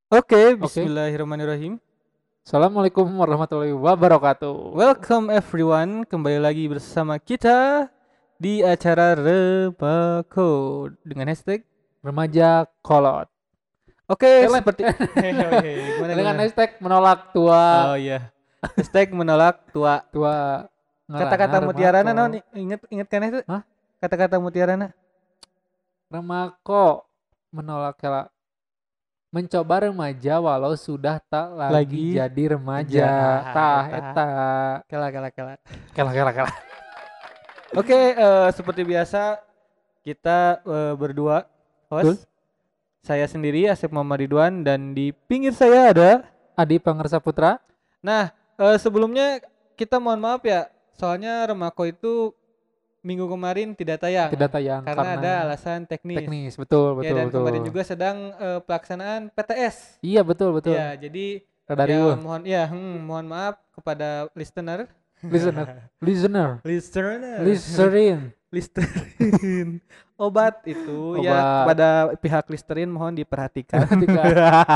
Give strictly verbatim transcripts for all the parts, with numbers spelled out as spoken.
Oke, Oke. bismillahirrahmanirrahim. Assalamualaikum warahmatullahi wabarakatuh. Welcome everyone, kembali lagi bersama kita di acara Rebako dengan hashtag. Remaja kolot. Oke, Telet. seperti hehehe, gimana Dengan gimana? hashtag menolak tua Oh iya. Hashtag menolak tua. tua ngarana Kata-kata mutiarana remako. non inget inget kan itu? Hah? Kata-kata mutiarana. Remako menolak kela mencoba remaja walau sudah tak lagi Lagi jadi remaja. ja Tah eta. eta. Kela kela kela. Kela kela kela. Oke, eh, seperti biasa kita eh, berdua Betul. host. Saya sendiri Asep Muhammad Ridwan dan di pinggir saya ada. Adi Pangersa Putra. Nah, eh, sebelumnya kita mohon maaf ya, soalnya Remako itu minggu kemarin tidak tayang Tidak tayang karena karena ada alasan teknis. teknis. Betul, Ya betul, dan betul. kemarin juga sedang eh, pelaksanaan P T S. Iya, betul, betul. Ya, jadi Rada ya riweuh. mohon ya hmm, mohon maaf kepada listener. Listener, listener, Listener. Listerin. Listerin. Obat itu ya Obat. kepada pihak Listerin mohon diperhatikan. Ketika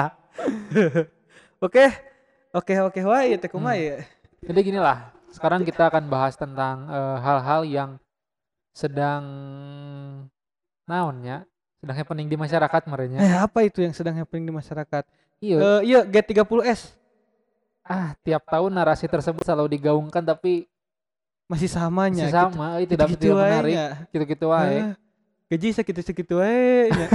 Oke. Oke, oke, wah, ya teh kumaha hmm. ya. Jadi gini lah, sekarang kita akan bahas tentang eh, hal-hal yang sedang naonnya, sedang happening di masyarakat merenya. Eh, apa itu yang sedang happening di masyarakat? Iya, Eh, iya G tiga puluh S ah tiap tahun narasi tersebut selalu digaungkan tapi masih samanya masih gitu. sama, eh, tidak Gitu-gitu tidak wae menarik, nya. gitu-gitu wae. Heh, gaji segitu-segitu wae nya.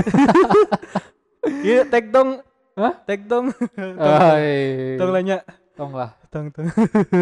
Iya, tek dong. Hah? Tek dong. Tong tong. Tong Ai, lanya. tong lah. Tong tong.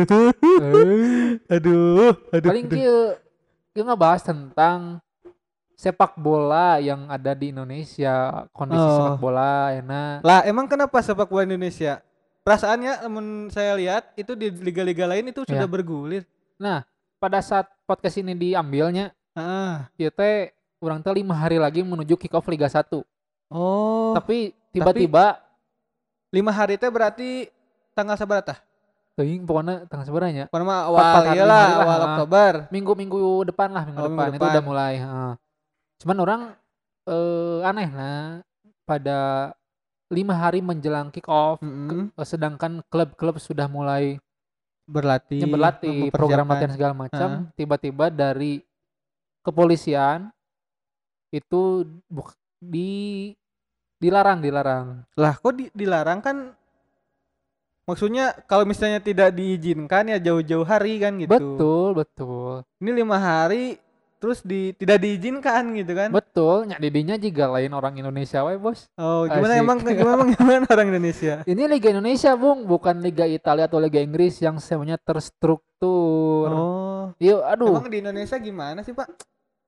Eh, Aduh, aduh, paling aduh. kieu kieu ngebahas tentang sepak bola yang ada di Indonesia, kondisi sepak Oh. bola enak. Lah, emang kenapa sepak bola Indonesia? Perasaannya namun saya lihat itu di liga-liga lain itu sudah Ya. bergulir. Nah, pada saat podcast ini diambilnya, Ah. ieu teh urang teh lima hari lagi menuju kick off Liga satu. Oh, Tapi tapi tiba-tiba lima hari itu berarti tanggal seberapa? teuing pokoknya tanggal seberapa nya? Pokoknya mah empat awal empat hari lima iyalah hari lah, awal heeh. Oktober. Minggu-minggu depan lah, minggu Oh, depan minggu itu udah depan. mulai, heeh. Cuman orang eh, aneh nah pada lima hari menjelang kick off, Mm-mm. ke- sedangkan klub-klub sudah mulai Berlatih, berlatih, program mempersiapkan. latihan segala macam, Heeh. tiba-tiba dari kepolisian itu buk, di dilarang, dilarang. Lah, kok di- dilarang kan? Maksudnya kalau misalnya tidak diizinkan ya jauh-jauh hari kan gitu. Betul, betul. Ini lima hari terus di tidak diizinkan gitu kan? Betul, nya didinya juga lain orang Indonesia wae, Bos. Oh, gimana Asik. emang gimana gimana orang Indonesia? Ini Liga Indonesia, Bung, bukan Liga Italia atau Liga Inggris yang semuanya terstruktur. Oh, Yuk, aduh. emang di Indonesia gimana sih, Pak?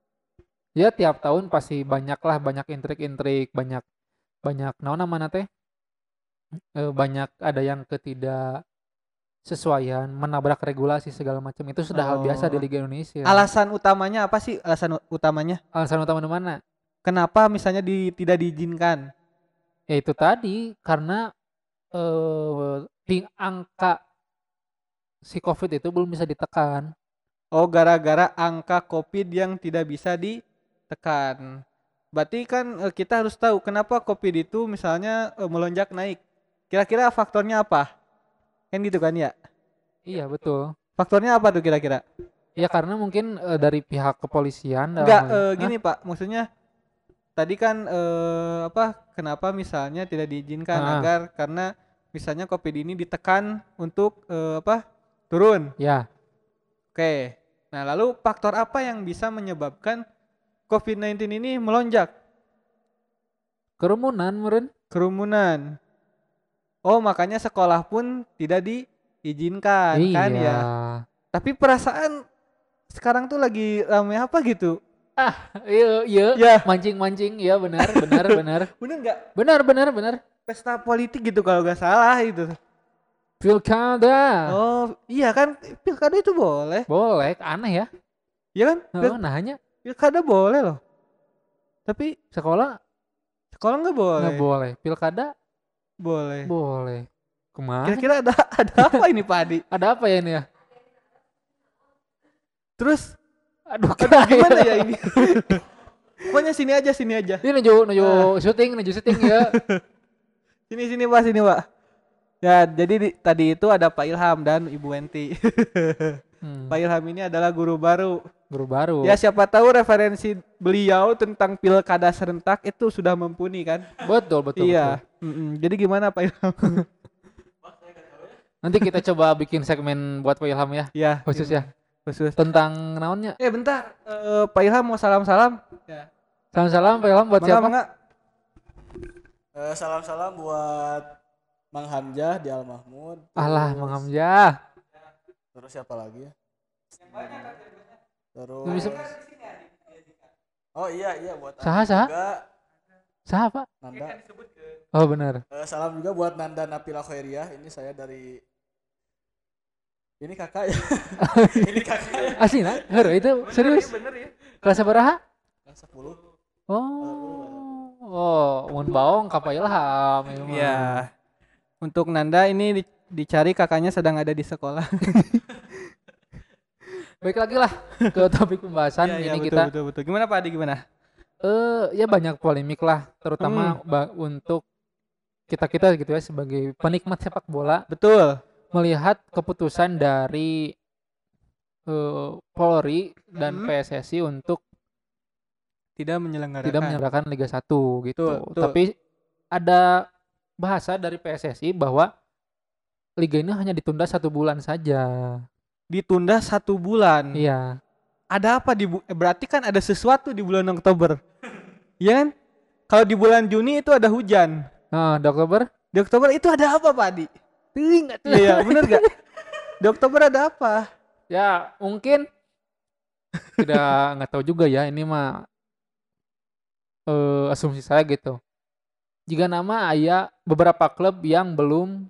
Ya tiap tahun pasti banyak lah, banyak intrik-intrik, banyak banyak naon namanya teh? Eh, banyak ada yang ketidak sesuaian, menabrak regulasi segala macam. Itu sudah hal biasa di Oh, Liga Indonesia. alasan utamanya apa sih? Alasan u- utamanya? Alasan utama di mana? Kenapa misalnya di tidak diizinkan? Ya itu tadi karena eh ting angka si COVID itu belum bisa ditekan. Oh, gara-gara angka COVID yang tidak bisa ditekan. Berarti kan eh, kita harus tahu kenapa COVID itu misalnya eh, melonjak naik. Kira-kira faktornya apa? Kan gitu kan ya? Iya betul. Faktornya apa tuh kira-kira? Ya karena mungkin eh, dari pihak kepolisian dalam Enggak, hal ini. eh, Hah? gini Pak, maksudnya tadi kan eh, apa? Kenapa misalnya tidak diizinkan Ah, agar karena misalnya COVID ini ditekan untuk eh, apa? Turun. ya Oke. Nah, lalu faktor apa yang bisa menyebabkan COVID sembilan belas ini melonjak? kerumunan meren. Kerumunan. Oh, makanya sekolah pun tidak diizinkan kan Iya. ya. Tapi perasaan sekarang tuh lagi rame apa gitu? Iya, iya, Ya, mancing-mancing, iya benar, benar, benar. bener nggak? Benar, benar, benar. Pesta politik gitu kalau nggak salah itu. Pilkada. Oh, iya kan? Pilkada itu boleh. Boleh, aneh ya. Iya kan? Heeh, Pil- nah hanya pilkada boleh loh. Tapi sekolah sekolah nggak nggak boleh. boleh, pilkada Boleh. boleh. Kemana? Kira-kira ada ada apa ini Pak Adi? Ada apa ya ini ya? Terus, Aduh, aduh kayak gimana ya ini? Pokoknya sini aja, sini aja. ini nuju nuju Ah. syuting, nuju syuting ya. Sini sini Pak, sini Pak. Ya, jadi di, tadi itu ada Pak Ilham dan Ibu Wenti. Hmm, Pak Ilham ini adalah guru baru. guru baru. Ya, siapa tahu referensi beliau tentang pilkada serentak itu sudah mumpuni kan? Betul, betul, betul. Iya. Mm-mm. Jadi gimana Pak Ilham? Nanti kita coba bikin segmen buat Pak Ilham ya, Iya, khusus ya. khusus. Tentang naonnya. Eh bentar, Eh, Pak Ilham mau salam-salam? Ya. Salam-salam Pak Ilham buat Mangga, siapa? mangga. Eh, salam-salam buat Mang Hamzah di Al Mahmud. Alah, Terus- Mang Hamzah. Terus siapa lagi ya? Terus Lu bisa- Oh iya iya buat Saha, Andi saha? juga Siapa? Nanda. Oh, benar. Eh, salam juga buat Nanda Napila Khairiyah. Ini saya dari ini kakak ya. Ini kakak ya. Asina, heureuy itu serius. Bener ya. Kelas sabaraha? Kelas sepuluh. Oh. Oh, mun baong ka Pak Ilham. ieu mah. Iya. Untuk Nanda ini di- dicari kakaknya sedang ada di sekolah. Baik lagi lah ke topik pembahasan Iya, iya, ini betul, kita betul betul. Gimana Pak Adi gimana? eh ya banyak polemik lah, terutama Hmm. ba- untuk kita-kita gitu ya sebagai penikmat sepak bola Betul. melihat keputusan dari eh, Polri dan Hmm. P S S I untuk Tidak menyelenggarakan. tidak menyelenggarakan Liga satu gitu. Betul, betul. Tapi ada bahasa dari P S S I bahwa liga ini hanya ditunda satu bulan saja. Ditunda satu bulan. Iya. Ada apa di bu- eh, berarti kan ada sesuatu di bulan Oktober. Iya kan? Kalau di bulan Juni itu ada hujan. Nah, di Oktober Di Oktober itu ada apa Pak Adi? teuing nggak tuh? Iya, bener gak? Di Oktober ada apa? Ya, mungkin tidak nggak tahu juga ya, ini mah eh, asumsi saya gitu. Jika nama aya beberapa klub yang belum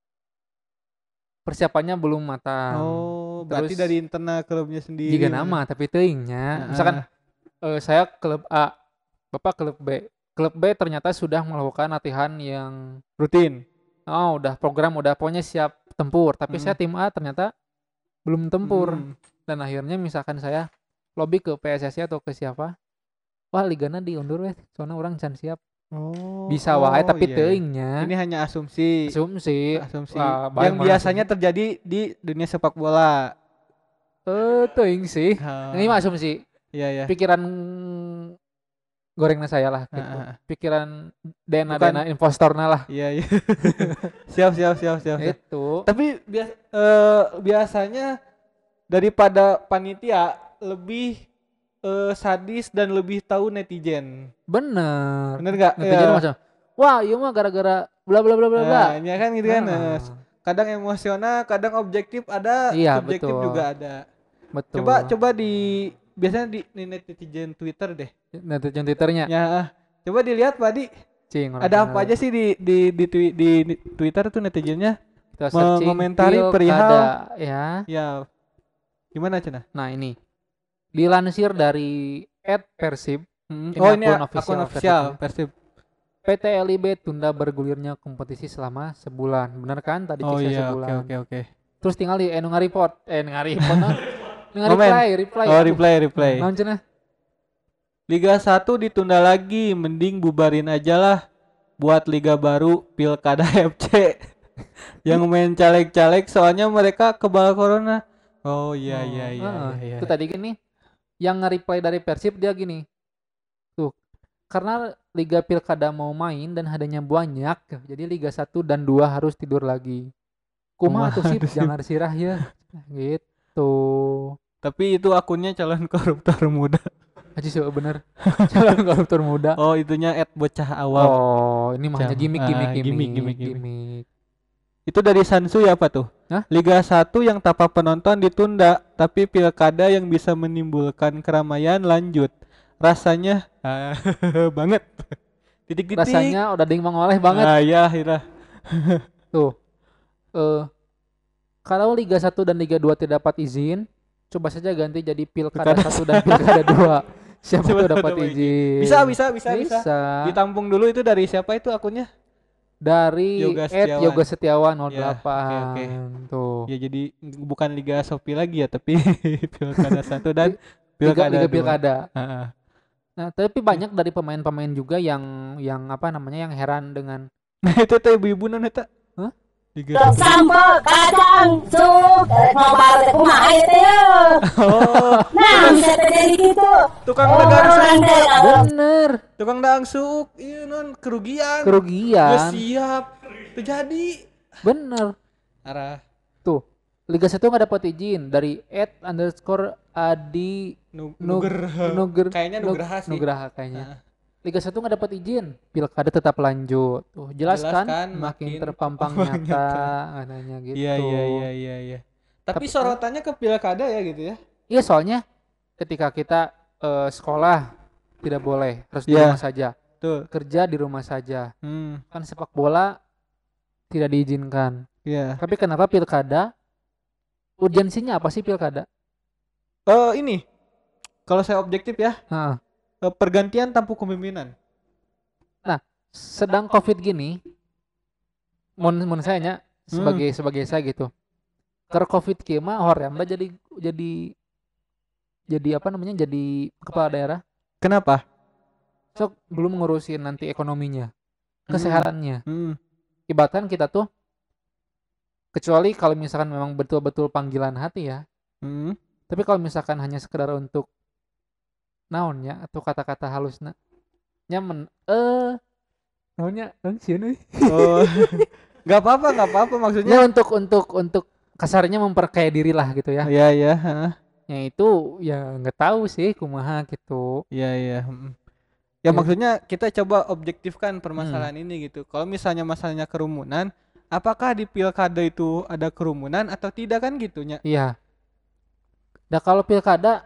persiapannya belum matang. Oh, berarti Terus dari internal klubnya sendiri. Jika nama tapi teuingnya, Heeh. misalkan eh, saya klub A, Bapak klub B. Klub B ternyata sudah melakukan latihan yang rutin. oh udah program udah pokoknya siap tempur, tapi Hmm. saya tim A ternyata belum tempur. Hmm. Dan akhirnya misalkan saya lobby ke P S S I atau ke siapa, wah ligana diundur weh, soalnya orang can siap. Oh. Bisa wae tapi iya. teuingnya Ini hanya asumsi. asumsi. Asumsi. Wah, bae yang mah biasanya terjadi di dunia sepak bola. eh teuing sih. Oh. Ini mah asumsi. Iya ya. Pikiran gorengnya saya lah gitu. Heeh. Pikiran dena Bukan. dena impostorna lah Iya iya. siap siap siap siap. siap. itu. Tapi bias, eh, biasanya daripada panitia lebih eh, sadis dan lebih tahu netizen. Bener. Bener gak? Netizen macam wah iya mah gara-gara bla bla bla bla bla. Nah, ini kan gitu kan. Nah, eh, Kadang emosional, kadang objektif ada, Iya, subjektif betul. juga ada. betul. Coba coba di biasanya di, di netizen Twitter deh. netizen Twitternya Ya, ah. coba dilihat Pak Di, cing orang ada bener. apa aja sih di di di, twi- di, di Twitter tuh netizennya? Kita searching mengomentari pilkada, perihal ya. Ya, gimana Cina? Nah, ini dilansir dari at Persib. Hmm. Ini Oh ini akun akun official official Persib. Persib. P T L I B tunda bergulirnya kompetisi selama sebulan. Benar kan? Tadi Oh kisah iya, oke sebulan. oke oke. Terus tinggal di eh nu report, eh nu report no. Nu Komen. reply, reply. Oh Aduh, replay replay. naon cenah? Liga satu ditunda lagi, mending bubarin aja lah buat liga baru Pilkada F C. Yang main caleg-caleg soalnya mereka kebal corona. Oh iya Oh, iya iya heeh. iya. iya. Itu tadi gini, yang nge-reply dari Persib dia gini. Tuh, karena Liga Pilkada mau main dan adanya banyak, jadi Liga satu dan dua harus tidur lagi. Kumaha Kumaha tuh sih, tuh, Sip? jangan sirah ya. Gitu. Tapi itu akunnya calon koruptor muda. Haji sih bener. Calon koruptor muda. Oh itunya at bocah awam. Oh, ini mah hanya Jam- gimmick ah, gimmick gimmick, gimmick gimmick, gimmick. gimmick. Itu dari Sansu ya apa tuh? Hah? Liga satu yang tanpa penonton ditunda, tapi pilkada yang bisa menimbulkan keramaian lanjut. Rasanya ah, banget. Titik-titik. Rasanya udah ding mengoleh banget. Ah ya, iya. Tuh. Eh kalau Liga satu dan Liga dua tidak dapat izin, coba saja ganti jadi Pilkada Pilkada satu dan Pilkada dua. Siapa Siapa tuh tahu dapat dapat izin? Bisa, bisa, bisa, bisa. Bisa. Ditampung dulu itu dari siapa itu akunnya? Dari Yoga at Setiawan. Yoga Setiawan nol Ya, delapan. oke, Tuh. Ya jadi bukan Liga Shopee lagi ya, tapi Pilkada satu dan Liga, Pilkada Liga dua. Pilkada. Heeh. Nah, tapi banyak dari pemain-pemain juga yang yang apa namanya yang heran dengan Nah itu teh ibu-ibu non eta. Hah? Liga. Sambal kacang sup dari ngobar teh kumaha ieu teh yeuh. Oh, Nah bisa terjadi gitu. tukang Oh, dagang orang suuk. teh kalau Bener, Tukang dagang suuk, iya non kerugian. Geus kerugian. siap. Terjadi. Bener. Arah Tuh, Liga satu nggak dapat izin dari at underscore adi nu, Nug- Nugraha. Nuger, Kayaknya Nug- Nugraha sih. Nugraha kayaknya. Heeh. Liga satu nggak dapat izin, pilkada tetap lanjut. Tuh, jelas Jelas kan? kan, Makin makin terpampang terpampang nyata, nyata. katanya gitu. Iya iya iya iya iya. Tapi Tapi- sorotannya ke pilkada ya gitu ya. Iya, soalnya ketika kita eh, sekolah tidak boleh, harus di Iya. rumah saja. Tuh. Kerja di rumah saja. Hmm, Kan sepak bola tidak diizinkan. iya. Tapi kenapa pilkada? Urgensinya apa sih pilkada? Eh ini kalau saya objektif ya, Heeh. eh, pergantian tampuk kepemimpinan. Sedang covid gini, mun mun saya nya sebagai sebagai saya gitu, ker covid kieu mah hoream da jadi jadi jadi apa namanya, jadi kepala daerah, Kenapa? sok belum ngurusin nanti ekonominya, Hmm. kesehatannya. Hmm. Ibaratkan kita tuh, kecuali kalau misalkan memang betul-betul panggilan hati ya, Hmm. tapi kalau misalkan hanya sekedar untuk naonnya atau kata-kata halusna nyaman eh naonnya langsung Oh. Nggak apa-apa, nggak apa-apa maksudnya. ya untuk untuk untuk kasarnya memperkaya diri lah gitu ya. Iya iya, heeh. Ya itu ya nggak tahu sih kumaha gitu. Iya iya. mm. Ya Ya. maksudnya kita coba objektifkan permasalahan ini gitu. Kalau misalnya masalahnya kerumunan, apakah di pilkada itu ada kerumunan atau tidak kan gitunya? Iya. Nah kalau pilkada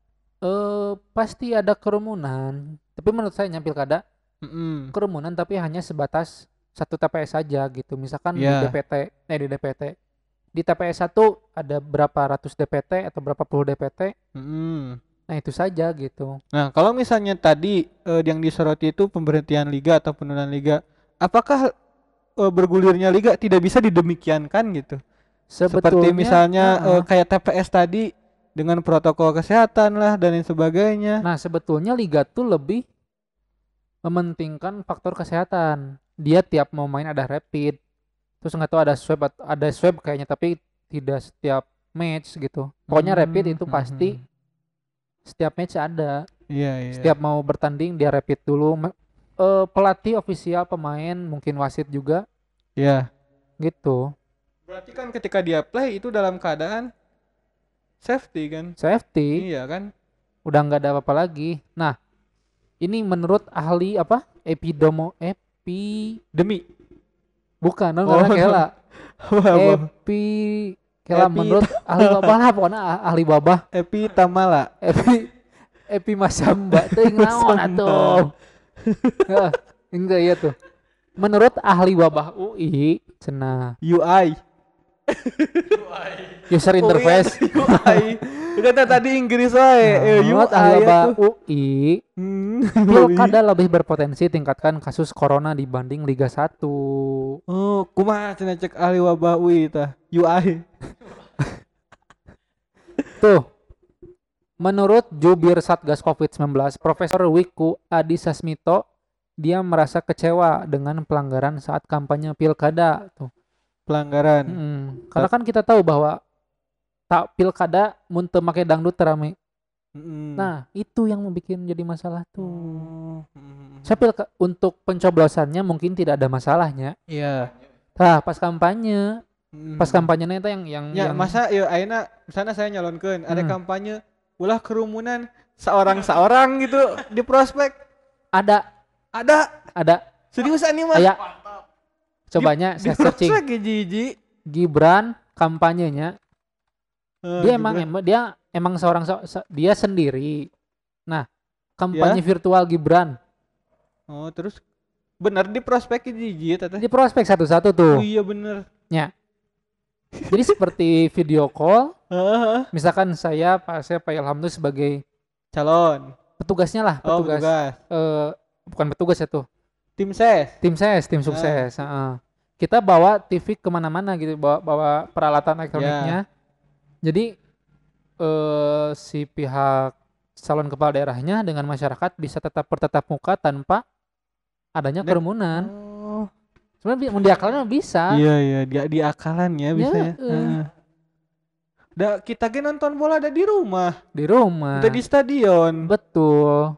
eh pasti ada kerumunan. Tapi menurut saya nya pilkada Mm-mm. kerumunan tapi hanya sebatas satu T P S saja gitu. Misalkan di Iya. D P T, eh di D P T. Di T P S satu ada berapa ratus D P T atau berapa puluh D P T. Mm-mm. Nah itu saja gitu. Nah, kalau misalnya tadi eh, yang disoroti itu pemberhentian liga atau penundaan liga, apakah eh, bergulirnya liga tidak bisa didemikiankan gitu? Seperti Sebetulnya misalnya heeh. eh, kayak T P S tadi dengan protokol kesehatan lah dan lain sebagainya. Nah, sebetulnya liga tuh lebih mementingkan faktor kesehatan. Dia tiap mau main ada rapid. Terus nggak tahu ada swab at- ada swab kayaknya, tapi tidak setiap match gitu. Pokoknya rapid itu Hmm, pasti hmm, setiap match ada. Iya, iya. Setiap mau bertanding dia rapid dulu. Me- eh, pelatih ofisial, pemain, mungkin wasit juga Iya. gitu. Berarti kan ketika dia play itu dalam keadaan safety kan? Safety Iya kan? udah nggak ada apa-apa lagi. Nah, ini menurut ahli apa? Epidomo epi Demi. bukan, no, Oh, karena kela. Wabah. Epi kela Epi- menurut ahli babah lah, pokoknya ah- ahli babah. Epi Tamala. Epi Epi Masamba teuing naon Masamba. atuh. Heeh, enggak ya tuh. Menurut ahli babah U I cenah U I. user interface. U I. Kata tadi Inggris wae. Eh, U Menurut ahli I babah atuh. U I, Hmm. pilkada lebih berpotensi tingkatkan kasus corona dibanding Liga satu. Oh, kumaha cenah cek ahli wabah U I tah? U I. Tuh. Menurut jubir Satgas covid sembilan belas, Profesor Wiku Adi Sasmito, dia merasa kecewa dengan pelanggaran saat kampanye pilkada. Tuh. Pelanggaran. Mm, karena kan kita tahu bahwa tak pilkada mun teu make dangdut terame. Mm-mm. Nah, itu yang membuat jadi masalah tuh. Oh. Mm. Saya pilka- untuk pencoblosannya mungkin tidak ada masalahnya. Iya. Nah, pas kampanye, Mm. pas kampanyenya itu yang yang, Ya, yang masa ya ayeuna misalnya saya nyalonkeun ada Hmm. kampanye ulah kerumunan seorang-seorang gitu di prospek. ada Ada ada serius ini mah. aya cobanya Di saya searching prospek hiji-hiji. Gibran kampanyenya. Eh, Dia emang Gibran. emang dia emang seorang so- se- dia sendiri. Nah, kampanye Ya. virtual Gibran Oh, terus bener di prospek hiji-hiji teh. di prospek satu-satu Oh tuh. iya bener. Jadi seperti video call, Heeh. misalkan saya Pak saya Pak Ilham tuh sebagai Calon. petugasnya lah, Oh, petugas. petugas. Eh, bukan petugas ya tuh, Tim ses. tim ses, tim sukses. Heeh. Kita bawa T V kemana-mana gitu, bawa bawa peralatan elektroniknya. Jadi eh, si pihak calon kepala daerahnya dengan masyarakat bisa tetap bertatap muka tanpa adanya Dan- kerumunan. Oh. Sebenarnya bi- mau diakalin mah bisa. Iya iya dia di akalannya bisa ya. eh. Heeh. Da kita ge nonton bola ada di rumah, Di rumah. teu di stadion. Betul.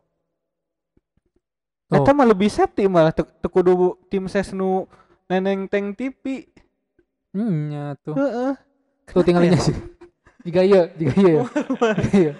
Eta Tuh. mah lebih safety malah teu teu kudu tim ses nu neneng teng T V. Hmm, ya tuh. Heeh. Tuh tinggalinnya sih. Jika iya, jika iya. Jika iya.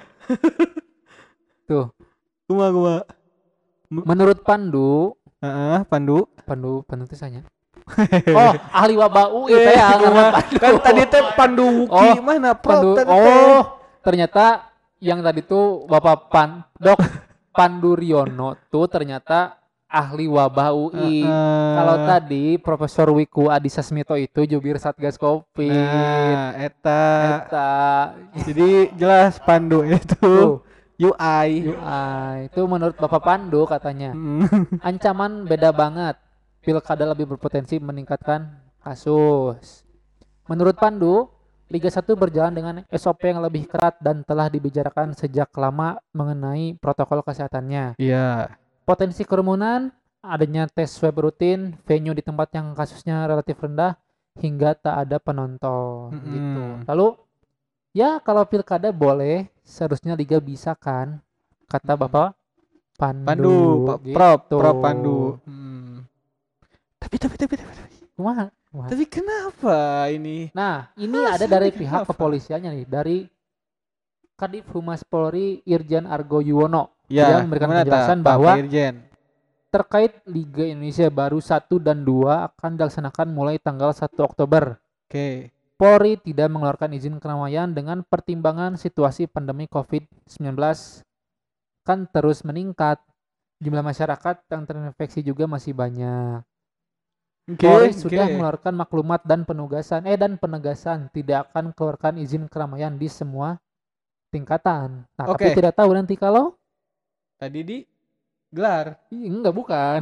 Tuh, Kumaha kumaha. menurut Pandu, Heeh, Pandu. Pandu, Pandu teh sanya. Oh, ahli wabah U I teh Eh, ya, kumaha. Pandu. Kan tadi teh Pandu Wuki Oh, mana Pandu. Prof tadi teh. Oh, ternyata yang tadi tuh Bapak Pan, Dok Pandu Riono tuh ternyata ahli wabah U I. Heeh. Kalau tadi Profesor Wiku Adhisa Smito itu jubir Satgas Covid. Nah, eta. Eta. Jadi jelas Pandu itu Tuh, U I. U I. Itu menurut Bapak Pandu katanya. Mm. Ancaman beda banget. Pilkada lebih berpotensi meningkatkan kasus. Menurut Pandu, Liga satu berjalan dengan S O P yang lebih ketat dan telah dibicarakan sejak lama mengenai protokol kesehatannya. Iya. Potensi kerumunan, adanya tes swab rutin, venue di tempat yang kasusnya relatif rendah, hingga tak ada penonton Mm-mm. gitu. Lalu, ya kalau pilkada boleh, seharusnya Liga bisa kan, kata Bapak Pandu. Pandu, Pak gitu. Prop, Prop Pandu. Hmm. Tapi tapi tapi tapi tapi, Kumaha? Kumaha? tapi kenapa ini? Nah, ini Masa ada dari kenapa? pihak kepolisiannya nih, dari Kadif Humas Polri Irjen Argo Yuwono. Ya, Dia memberikan gimana penjelasan ta, Pak bahwa Irjen? terkait Liga Indonesia baru satu dan dua akan dilaksanakan mulai tanggal satu Oktober. Oke. Polri tidak mengeluarkan izin keramaian dengan pertimbangan situasi pandemi covid sembilan belas kan terus meningkat. Jumlah masyarakat yang terinfeksi juga masih banyak. Oke, Polri oke. sudah mengeluarkan maklumat dan penugasan eh dan penegasan tidak akan keluarkan izin keramaian di semua tingkatan. Nah, Oke. tapi tidak tahu nanti kalau Tadi di gelar. Ih, enggak bukan.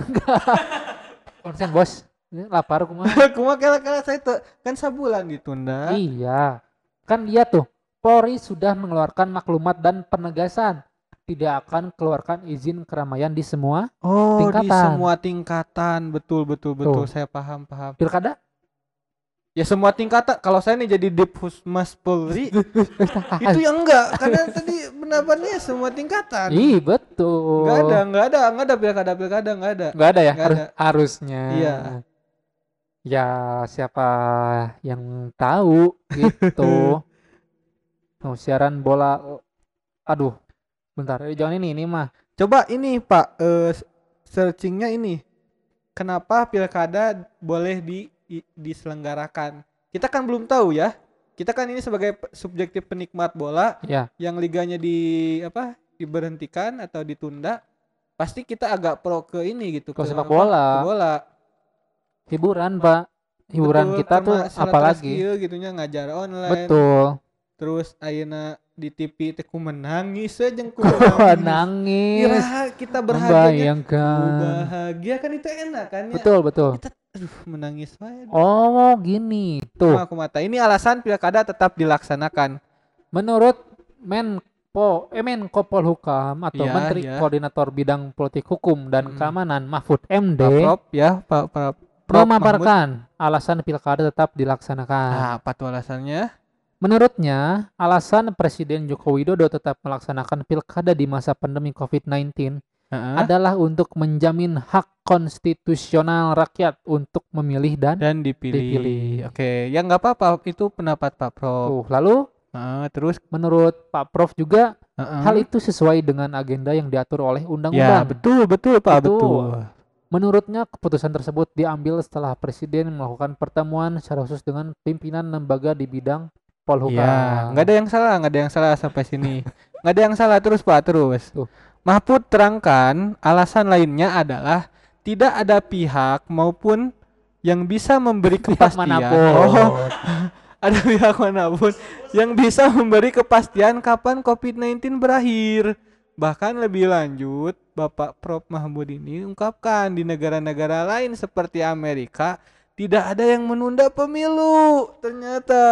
Konsen bos. Ini lapar kumaha. Kumaha kala-kala saya tuh kan sabulan ditunda. Iya. Kan dia tuh Polri sudah mengeluarkan maklumat dan penegasan tidak akan keluarkan izin keramaian di semua Oh, di tingkatan. semua tingkatan. Betul betul betul. Tuh. Saya paham paham. pilkada. Ya semua tingkatan. Kalau saya nih jadi Diphumas Polri itu ya enggak, karena tadi pendapatnya semua tingkatan. Ih, betul. Enggak ada, enggak ada, enggak ada pilkada pilkada enggak ada. Enggak ada ya? Nggak Harus- ada. harusnya. Iya. Ya, siapa yang tahu gitu. Oh, siaran bola. Aduh. Bentar, eh, jangan ini ini mah. Coba ini Pak, eh, searchingnya ini. Kenapa pilkada boleh di, i- diselenggarakan? Kita kan belum tahu ya. Kita kan ini sebagai pe- subjektif penikmat bola Ya, yang liganya di apa? Diberhentikan atau ditunda. Pasti kita agak pro ke ini gitu, Ke sepak apa? bola. Ke bola. hiburan, Pak. Hiburan Betul, kita tuh karena silaturahmi apalagi. ieu gitunya ngajar online. Betul. Terus ayeuna di T V teh ku menangis we jeung ku Wah, menangis. nangis. Iraha kita berharganya Membayangkan. bahagia kan itu enak kan ya. Betul, betul. Kita aduh menangis wae. Oh, gini. Tuh. Aku mata. Ini alasan pilkada tetap dilaksanakan. Menurut Menpo, eh Menko Polhukam atau Iya, Menteri iya. Koordinator Bidang Politik Hukum dan Mm. Keamanan Mahfud M D Pak Prop ya, Pak Pak Prop Mahmud. memaparkan alasan pilkada tetap dilaksanakan. Nah, apa tuh alasannya? Menurutnya, alasan Presiden Joko Widodo tetap melaksanakan pilkada di masa pandemi covid sembilan belas Heeh. adalah untuk menjamin hak konstitusional rakyat untuk memilih dan Dan dipilih. Dipilih. Oke, ya nggak apa-apa. Itu pendapat Pak Prop. tuh. Lalu Heeh, terus menurut Pak Prof juga heeh. hal itu sesuai dengan agenda yang diatur oleh Ya, undang-undang. betul betul Pak, Betul. betul. Menurutnya keputusan tersebut diambil setelah Presiden melakukan pertemuan secara khusus dengan pimpinan lembaga di bidang Polhukam. Iya, nggak ada yang salah, nggak ada yang salah sampai sini. Nggak ada yang salah terus Pak, terus. Tuh. Mahfud terangkan alasan lainnya adalah tidak ada pihak maupun yang bisa memberi Pihak kepastian. manapun. Oh, ada pihak manapun yang bisa memberi kepastian kapan covid sembilan belas berakhir. Bahkan lebih lanjut, Bapak Prof Mahfud ini ungkapkan di negara-negara lain seperti Amerika tidak ada yang menunda pemilu. Ternyata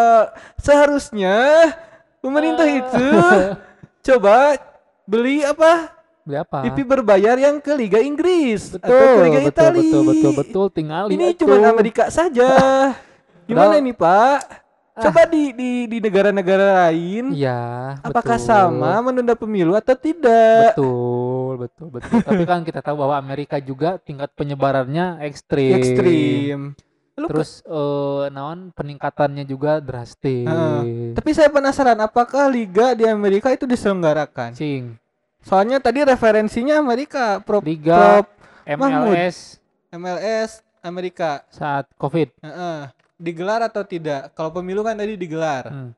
seharusnya pemerintah itu coba beli apa Beli apa? T V berbayar yang ke Liga Inggris atau Betul, ke Liga betul, Italia. betul, betul, betul, tinggal Ini lihat cuma tuh. Amerika saja. Gimana Padahal- ini Pak? Ah. Coba di di di negara-negara lain, Iya, apakah betul. sama menunda pemilu atau tidak? Betul, betul, betul. Tapi kan kita tahu bahwa Amerika juga tingkat penyebarannya ekstrim. Ekstrim. Lu ke- Terus eh naon peningkatannya juga drastis. Heeh. Tapi saya penasaran apakah liga di Amerika itu diselenggarakan? Cing, Soalnya tadi referensinya Amerika, Prof. Liga Prof. Mahmud. M L S M L S Amerika. saat Covid. Heeh. Digelar atau tidak? Kalau pemilu kan tadi digelar. Hmm.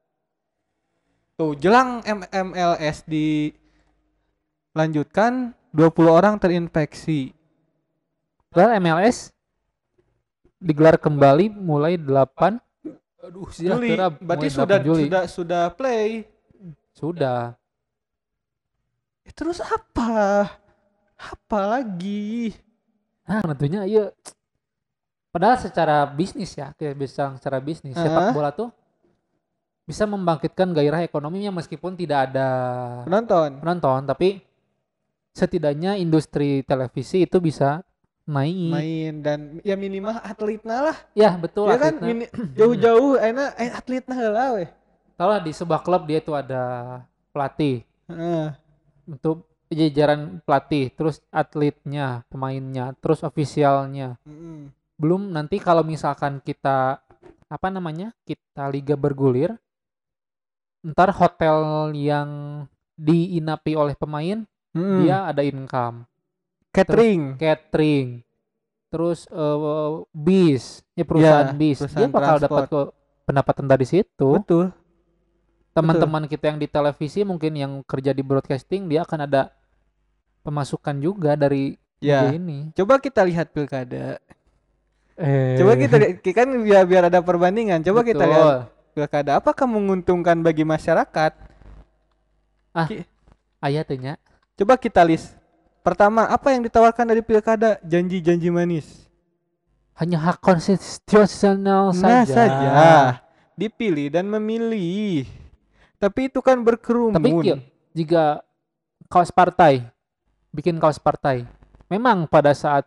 Tuh, jelang M- MLS dilanjutkan dua puluh orang terinfeksi. Padahal M L S digelar kembali mulai delapan aduh sih Juli. Berarti sudah sudah sudah play. sudah. Eh, terus apa? Apa lagi? Nah, tentunya iya. Padahal secara bisnis ya, kita bisa secara bisnis Heeh. sepak bola tuh bisa membangkitkan gairah ekonominya meskipun tidak ada Penonton. penonton, tapi setidaknya industri televisi itu bisa naik. Main dan ya minimal atletna lah. Ya, betul. Ya kan atletnya. mini- jauh-jauh enak eh atletna heula weh. Tahu lah di sebuah klub dia itu ada pelatih Heeh. untuk jajaran pelatih, terus atletnya, pemainnya, terus ofisialnya. Mm-mm. Belum nanti kalau misalkan kita apa namanya? Kita liga bergulir, ntar hotel yang diinapi oleh pemain Mm-mm. dia ada income, Catering. catering, terus eh, bis, ya perusahaan Ya, bis, perusahaan dia bakal dapat transport. kok pendapatan dari situ. Betul. Teman-teman kita yang di televisi mungkin yang kerja di broadcasting dia akan ada pemasukan juga dari Ya. liga ini. Coba kita lihat pilkada. Eh, Coba kita lihat kan biar biar ada perbandingan. Coba kita betul. lihat pilkada apakah menguntungkan bagi masyarakat? Ah, Ki- ayatnya Coba kita list. Pertama, apa yang ditawarkan dari pilkada? Janji-janji manis. hanya hak konstitusional Nah saja. saja dipilih dan memilih. Tapi itu kan berkerumun. Tapi Kyo, jika kaos partai, bikin kaos partai, memang pada saat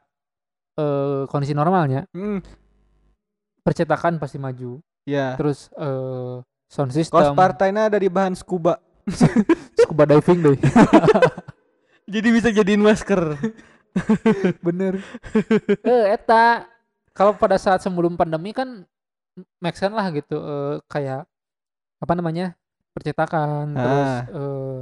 eh, kondisi normalnya Hmm, percetakan pasti maju. ya. Terus eh, sound Kaos system, partainya dari bahan scuba. scuba diving deh. Jadi bisa jadiin masker. Bener. eh eta kalau pada saat sebelum pandemi kan make sense lah gitu, eh, kayak apa namanya percetakan, terus Ah. eh,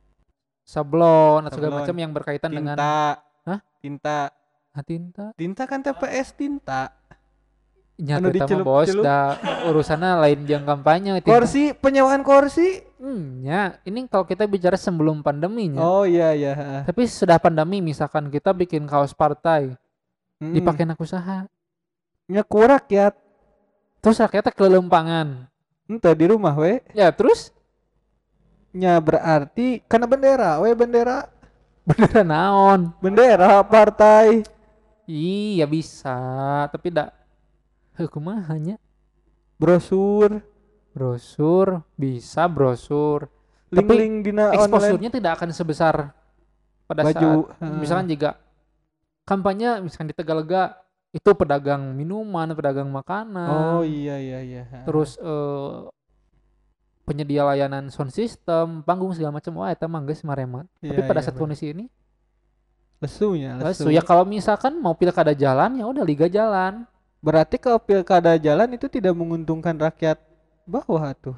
sablon atau segala Sablon. macam yang berkaitan dengan Tinta. Hah? Tinta. ah, tinta. Tinta kan T P S tinta. Nyata Anu eta mah dicelup- bos celup. dah urusannya lain jang kampanye tinta. Kursi, penyewaan kursi. Hmm, ya, ini kalau kita bicara sebelum pandeminya. Oh iya iya. Tapi sudah pandemi misalkan kita bikin kaos partai, Mm-mm. dipakai anak usaha. Nyaku rakyat. Terus rakyatnya kelempangan. Ente di rumah we. Ya, terus Nya berarti karena bendera, we bendera. beneran naon? Bendera partai. Iya bisa, tapi tidak hukumahnya Brosur, brosur bisa brosur. Tapi link-link dina online. Exposure-nya tidak akan sebesar pada Baju, saat heeh. misalkan jika kampanye misalkan di Tegalega itu pedagang minuman, pedagang makanan, Oh iya iya iya. terus eh, penyedia layanan sound system, panggung segala macam, wah eta mah geus maremat. Tapi Iya, pada iya, saat bener. kondisi ini, lesunya, lesu. lesu. Ya kalau misalkan mau pilkada jalan ya udah liga jalan. Berarti kalau pilkada jalan itu tidak menguntungkan rakyat bawah tuh.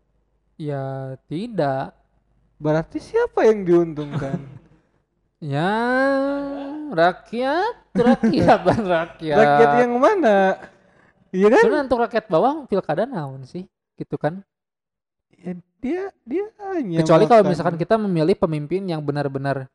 Ya tidak. Berarti siapa yang diuntungkan? Ya rakyat, rakyat dan rakyat. Rakyat yang mana? Iya kan? Sebenarnya untuk rakyat bawah pilkada naon sih, gitu kan? Ya, dia dia hanya Kecuali kalau makan. misalkan kita memilih pemimpin yang benar-benar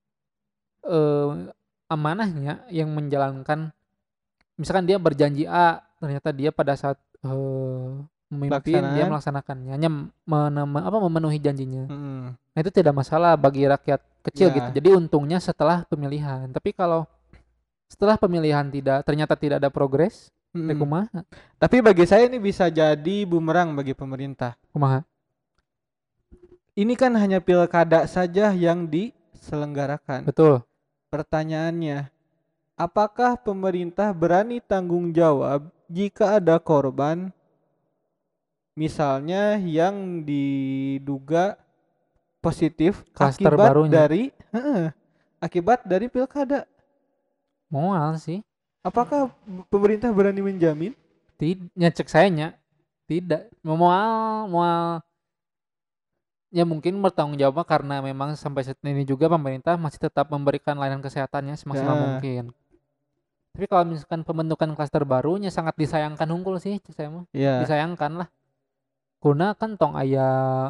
eh, amanahnya yang menjalankan, misalkan dia berjanji A, ternyata dia pada saat eh, memimpin dia Pelaksanaan. melaksanakannya, hanya menem- apa memenuhi janjinya. Mm-mm. Nah itu tidak masalah bagi rakyat kecil Ya. gitu. Jadi untungnya setelah pemilihan. Tapi kalau setelah pemilihan tidak ternyata tidak ada progres, Mm-mm. ya kumaha? Tapi bagi saya ini bisa jadi bumerang bagi pemerintah. Kumaha? Ini kan hanya pilkada saja yang diselenggarakan. Betul. Pertanyaannya, apakah pemerintah berani tanggung jawab jika ada korban, misalnya yang diduga positif Klaster akibat barunya. dari heeh, akibat dari pilkada? Moal sih. Apakah pemerintah berani menjamin? Tidak, cek saya nya tidak. Moal, moal. Ya mungkin bertanggung jawab karena memang sampai saat ini juga pemerintah masih tetap memberikan layanan kesehatannya semaksimal Ya. mungkin. Tapi kalau misalkan pembentukan klaster barunya sangat disayangkan unggul sih, cek saya mah. Ya. Disayangkan lah. Kuna kan tong aya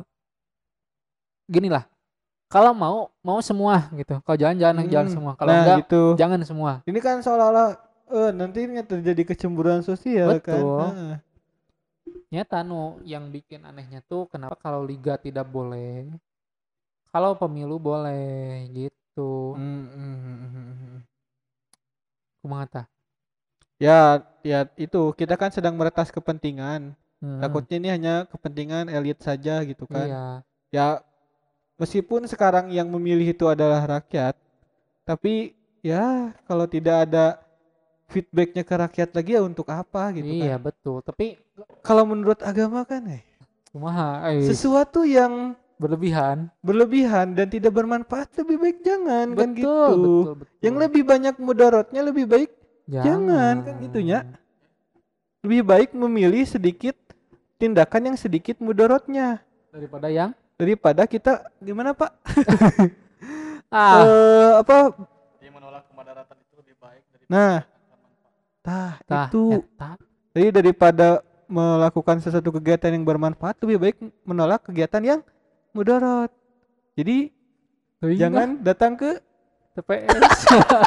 gini lah. Kalau mau mau semua gitu. Kalau jalan-jalan Hmm, jalan semua. Kalau nah, enggak gitu. jangan semua. Ini kan seolah-olah eh nanti ini terjadi kecemburuan sosial kan. Betul. Heeh. Nyata nu yang bikin anehnya tuh kenapa kalau liga tidak boleh, kalau pemilu boleh gitu. Hmm, hmm, hmm, hmm, hmm. Kumaha tah? Ya, ya itu kita kan sedang meretas kepentingan. Hmm, Takutnya ini hanya kepentingan elit saja gitu kan. iya. Ya, meskipun sekarang yang memilih itu adalah rakyat, tapi ya kalau tidak ada feedbacknya ke rakyat lagi ya untuk apa gitu Iya kan. betul. Tapi Kalau menurut agama kan eh kumaha? Eh, sesuatu yang berlebihan. berlebihan dan tidak bermanfaat lebih baik jangan kan Betul, gitu. betul, betul. Yang lebih banyak mudaratnya lebih baik jangan kan gitu ya. Lebih baik memilih sedikit tindakan yang sedikit mudaratnya Daripada yang daripada kita gimana Pak? ah Eh apa? Dia menolak kemudaratan itu lebih baik daripada Nah, melakukan manfaat. tah tah itu. eta. Jadi daripada melakukan sesuatu kegiatan yang bermanfaat lebih baik menolak kegiatan yang mudarat. Jadi Teuing jangan datang ke lah, T P S.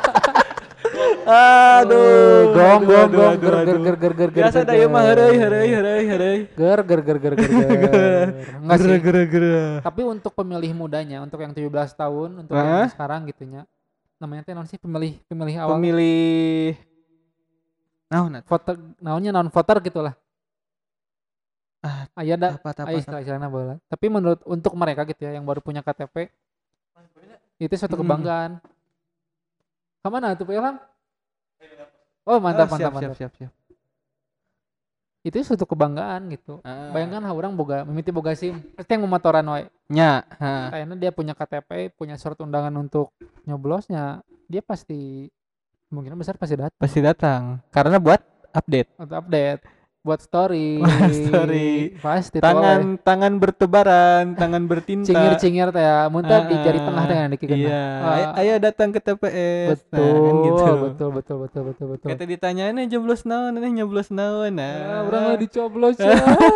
aduh, gong aduh, gong aduh, gong aduh, ger ger aduh. ger ger ger ger. Biasa dah ieu mah heureuy heureuy heureuy heureuy. Ger ger ger ger ger ger. Enggak sih. Gera gera. Tapi untuk pemilih mudanya, untuk yang tujuh belas tahun, untuk Hah? yang sekarang gitunya. Namanya teh naon sih pemilih pemilih awal? Pemilih naon atuh? Voter naonnya non voter gitulah. Ah, Aya da apa apa. aya istilah-istilahna baheula. Tapi menurut untuk mereka gitu ya yang baru punya K T P itu suatu Hmm. kebanggaan. Kemana tuh Pak Ilham? Oh mantap Oh, siap, mantap siap, mantap. siap, siap. Itu suatu kebanggaan gitu. Ah. Bayangkan orang boga mimiti boga SIM. Pasti yang memotoran wae. Nya, ha. Kayaknya dia punya K T P, punya surat undangan untuk nyoblosnya. Dia pasti kemungkinan besar pasti datang Pasti datang karena buat update. untuk update, buat story. Buat story. Pasti Tangan tangan bertebaran, tangan bertinta. cingir-cingir teh ya, muntah di jari Ah, tengah teh yang dikikeun. Iya, Ah, ay- ayo datang ke T P S. betul, Nah, kan gitu. betul, betul, betul, betul, betul. Kita ditanyain nih joblos naon, nih nyoblos naon. Ya, Nah, orang mah dicoblos ya.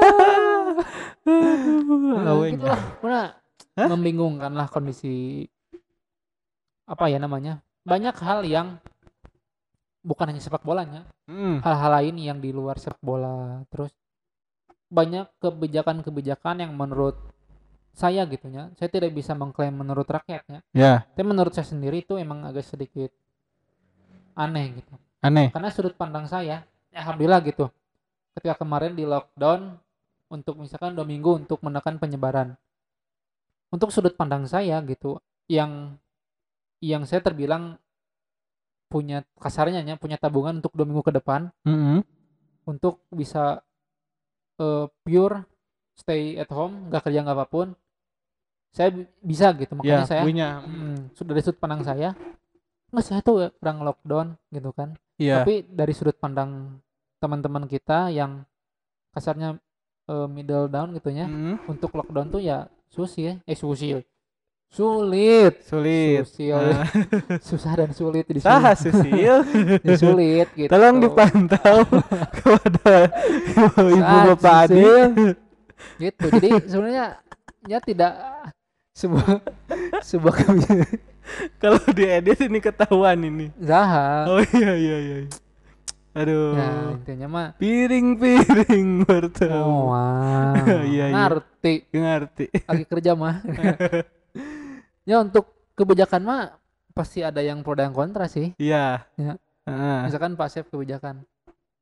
Nah, Awenya. gitu lah, mana Hah? membingungkan lah kondisi apa ya namanya. Banyak hal yang bukan hanya sepak bolanya, Hmm. hal-hal lain yang di luar sepak bola. Terus banyak kebijakan-kebijakan yang menurut saya gitunya, saya tidak bisa mengklaim menurut rakyatnya. Ya, Tapi menurut saya sendiri itu emang agak sedikit aneh gitu. aneh. Karena sudut pandang saya, ya alhamdulillah gitu. Ketika kemarin di lockdown untuk misalkan dua minggu untuk menekan penyebaran. Untuk sudut pandang saya gitu, yang yang saya terbilang punya kasarnya ya, punya tabungan untuk dua minggu ke depan Mm-mm. untuk bisa eh, pure stay at home, nggak kerja nggak apapun. Saya bi- bisa gitu, makanya Ya, saya punya. hmm, sud- dari sudut pandang saya nggak saya tuh orang lockdown gitu kan. Iya. Tapi dari sudut pandang teman-teman kita yang kasarnya eh, middle down gitunya, Mm-mm. untuk lockdown tuh ya susil, eh susil, sulit, Sulit. susil, Nah, susah dan sulit di saha Susil. sulit gitu. Tolong dipantau kepada ibu Saha, bapak Adi. Susil. Gitu. Jadi sebenarnya ya tidak sebuah sebuah kebijakan. Kalau diedit ini ketahuan ini. Zaha. Oh iya iya iya. Aduh. Ya intinya mah Piring-piring bertemu. oh, wow. Iya, iya. Ngerti Ngerti. lagi kerja mah. Ya untuk kebijakan mah pasti ada yang pro dan kontra sih. Iya. Ya. Heeh. Misalkan Pak Chef kebijakan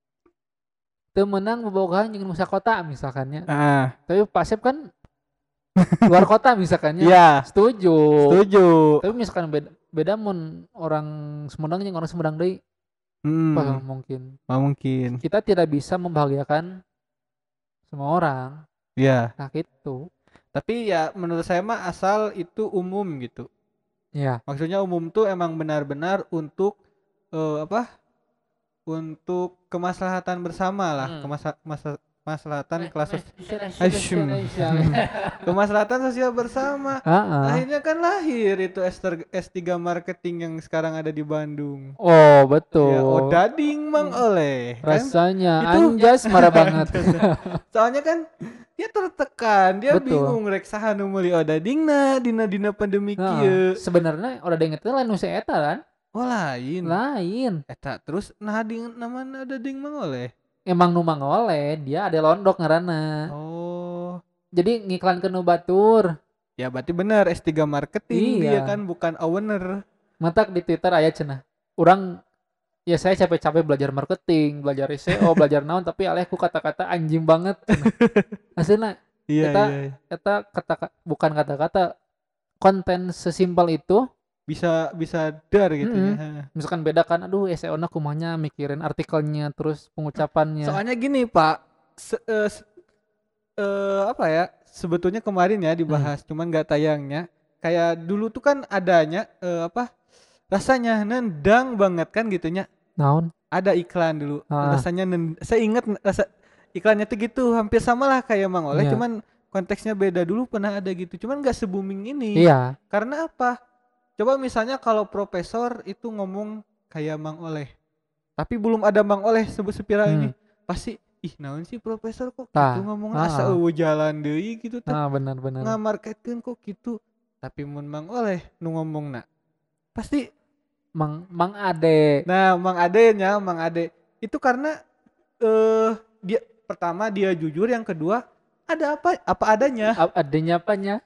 teu meunang bobogohan jeung nusa kota misalkannya. Heeh. Tapi Pak Chef kan luar kota misalkannya. Iya, Setuju. setuju. Tapi misalkan beda beda mun orang Sumedang jeung orang Sumedang deui apa Hmm, mungkin. nggak mungkin. Kita tidak bisa membahagiakan semua orang. Ya, Nah, gitu. tapi ya menurut saya mah asal itu umum gitu. Ya. Maksudnya umum tuh emang benar-benar untuk eh, apa? Untuk kemaslahatan bersama lah, Hmm. kemasa masa- kemaslahatan kelas sos- Asyum. kemaslahatan sosial bersama. Heeh. Akhirnya kan lahir itu S tiga marketing yang sekarang ada di Bandung. Oh, Ya, betul. Odading Mang Oleh kan. Rasanya Itu- anjas marah banget. Soalnya kan dia tertekan, dia Betul. bingung rek saha nu meuli odadingna dina dina pandemi Heeh. kieu. Sebenarnya udah dengar lain nu si eta kan? Oh lain. Lain. Eta terus nah ding namana odading Mang Oleh. Emang nu mangole dia ada londok ngaranna. Oh. Jadi ngiklankeun nu batur. Ya berarti benar S tiga marketing dia Iya. kan bukan owner. Matak di Twitter aya cenah. Urang ya saya capek-capek belajar marketing, belajar S E O, belajar naon tapi aleh ku kata-kata anjing banget cenah. Aslinya Iya Eta- iya. eta kata bukan kata-kata konten sesimpel itu. Bisa bisa dar gitu Mm-mm. ya. Misalkan beda kan, aduh S E O na kumanya mikirin artikelnya terus pengucapannya. Soalnya gini Pak, se- eh, se- eh, apa ya? Sebetulnya kemarin ya dibahas, cuman nggak tayangnya. Kayak dulu tuh kan adanya eh, apa? Rasanya nendang banget kan gitunya. Naon? Ada iklan dulu. Ah. Rasanya nend- saya ingat rasa iklannya tuh gitu hampir sama lah kayak Mang Oleh, Iya. cuman konteksnya beda. Dulu pernah ada gitu, cuman nggak se-booming ini. Iya. Karena apa? Coba misalnya kalau profesor itu ngomong kayak Mang Oleh, tapi belum ada Mang Oleh sebut sepira Hmm. ini, pasti ih naon sih profesor kok Tah, gitu ngomong ah. asa eueuh jalan deui gitu teh. Nah, benar-benar. Ngamarketkeun kok gitu. Tapi mun Mang Oleh nu ngomongna pasti Mang Mang Ade. nah Mang Ade nya, Mang Ade itu karena eh dia pertama dia jujur, yang kedua ada apa apa adanya. A- Adanya apanya?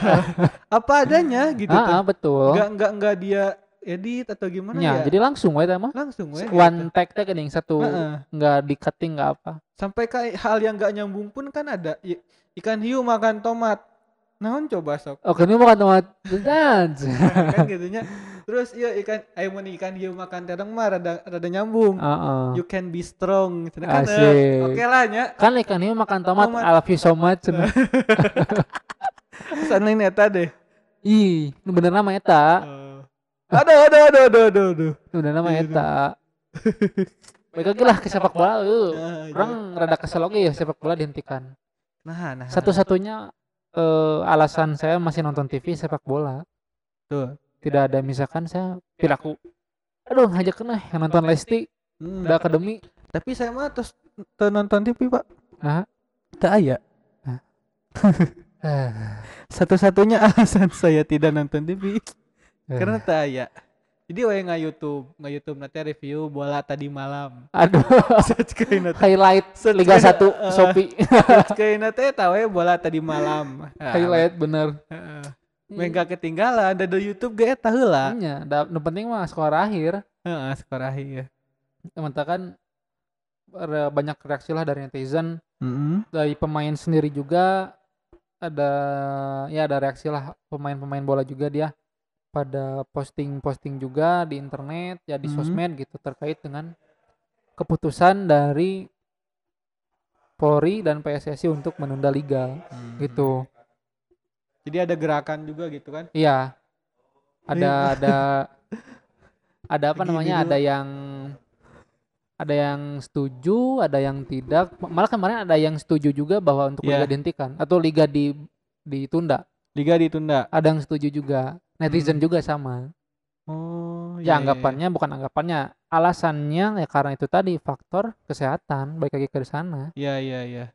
Apa adanya gitu Ah, tuh. ah, betul. Enggak enggak enggak dia edit atau gimana Ya, ya. jadi langsung we teh mah. Langsung we One gitu. take teh geuning satu Heeh. enggak di-cutting enggak apa. Sampai kayak hal yang enggak nyambung pun kan ada. I- ikan hiu makan tomat. Naon coba sok. Oke, ini bukan tomat dance. Kan gitunya. Terus iya ikan ayo mun ikan hiu makan tereng mah rada rada nyambung. Heeh. You can be strong. Cenah kan. Asik. eh, Oke lah nya. Kan ikan hiu makan tomat, Tomat. I love you so much. cenah. Saneun eta deh. Ih, nu bener nama eta. Eh, Aduh aduh aduh aduh aduh aduh. Nu bener nama Iya, eta. Baik lagi lah ke sepak bola. Uh. Nah, Orang rada kesel oge ya sepak bola dihentikan. Nah, nah. Satu-satunya eh, alasan saya masih nonton T V sepak bola. Tuh. Tidak ada misalkan saya piraku. Aduh, ngajak kena yang nonton Lesti, Hmm, udah akademi. tapi saya mah terus teu nonton T V, Pak. Nah, Teu aya. Satu-satunya alasan saya tidak nonton T V karena teu aya. Jadi wae nga YouTube, nga YouTube nanti review bola tadi malam. aduh, Search keun teh. highlight Search Liga keun- satu eh, Shopee. Search keun teh eta we bola tadi malam. Ah, Highlight bener. heeh. Mengga ketinggalan ada di YouTube ge eta heula. Nya, da, nu penting mah skor akhir. Heeh, skor akhir. Sementara kan ada banyak reaksi lah dari netizen, Heeh. dari pemain sendiri juga ada ya ada reaksi lah pemain-pemain bola juga dia pada posting-posting juga di internet ya di Mhm. sosmed gitu terkait dengan keputusan dari Polri dan P S S I untuk menunda liga gitu. Jadi ada gerakan juga gitu kan. Iya. Ada ada ada apa Gini namanya? dulu. Ada yang ada yang setuju, ada yang tidak. Malah kemarin ada yang setuju juga bahwa untuk Iya. liga dihentikan atau liga di ditunda. Liga ditunda. Ada yang setuju juga. Netizen juga sama. Oh, Ya iya, iya, iya. anggapannya bukan anggapannya, alasannya ya karena itu tadi faktor kesehatan, balik lagi ke sana. Iya iya iya.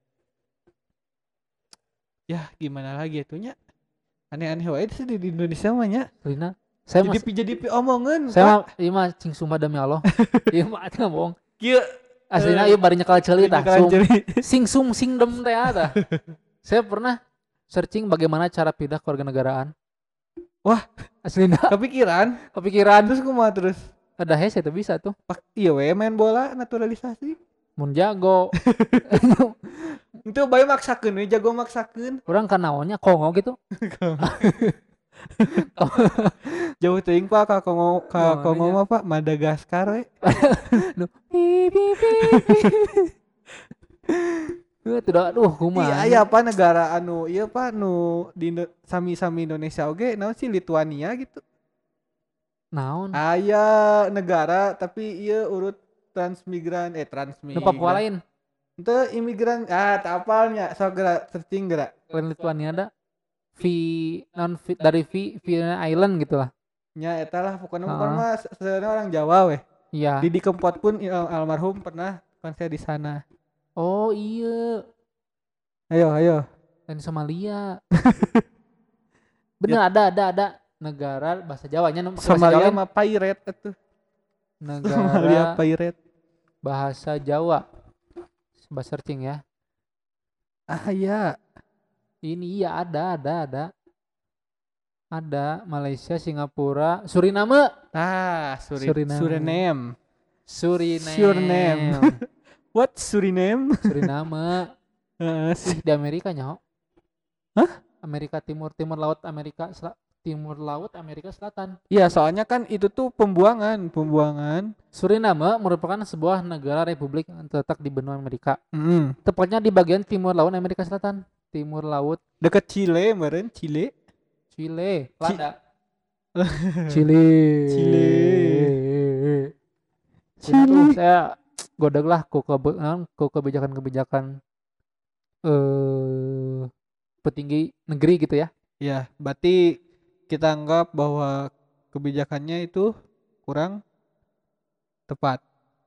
Ya gimana lagi itunya? Aneh-aneh wae sih di di Indonesia mah nya. Lina, saya Jadi mas, pi jadi pi omongan. saya mah ieu mah cing sumpah demi Allah. Ieu mah atuh bohong. kieu Aslinya Eh, ieu bari nyekel ceuli tah. Nyekelan Sum- ceuli. Sing sum sing dem teh tah. Saya pernah searching bagaimana cara pindah ke warganegaraan. Wah. Aslinya Kepikiran kepikiran terus kumaha terus? ada hese teh bisa tuh. Pak iya we main bola naturalisasi. Mun jago. Itu bae maksakeun we jago maksakeun. Orang kan naonnya Kongo gitu. Jauh teuing Pak ka Kongo ka Naon Kongo nya? mah Pak Madagaskar we. Nu pi pi pi. Heuh tidak aduh Iya kumaha. aya apa negara anu ieu Pak nu di Indo- sami-sami Indonesia oge naon sih Lituania gitu. Naon? Aya negara tapi ieu urut transmigran eh Nu transmigran. Papua lain. Itu imigran ah tak apalnya sok geura searching geura. Lain Lituania ada. V non V dari V Vienna Island gitu lah. Nya eta lah pokoknya bukan Heeh. mah se- sebenarnya orang Jawa weh. Iya. Didi Kempot pun il- almarhum pernah konser di sana. Oh iya. Ayo ayo. Dan Somalia. Bener ada ada ada negara bahasa Jawanya nu pakai bahasa Somalia Jawa. mah pirate atuh. Somalia Negara pirate. bahasa Jawa. Coba searching ya. Ah iya. Ini iya ada ada ada. Ada Malaysia, Singapura, Suriname. Ah, Suri- Suriname. Suriname. Suriname. Suriname. What Suriname? Suriname. Heeh, sih. Di Amerika nyaho. Hah? Amerika Timur, Timur Laut Amerika Sel- Timur Laut Amerika Selatan. Iya, soalnya kan itu tuh pembuangan, pembuangan. Suriname merupakan sebuah negara republik yang terletak di benua Amerika. Mm. Tepatnya di bagian timur laut Amerika Selatan. Timur laut Deket Chile, meren Chile. Chile. Ci- Lada. Chile. Chile. Cina tuh saya godeg lah ku, kebe- naon, ku kebijakan-kebijakan eh petinggi negeri gitu ya. Ya, berarti kita anggap bahwa kebijakannya itu kurang tepat.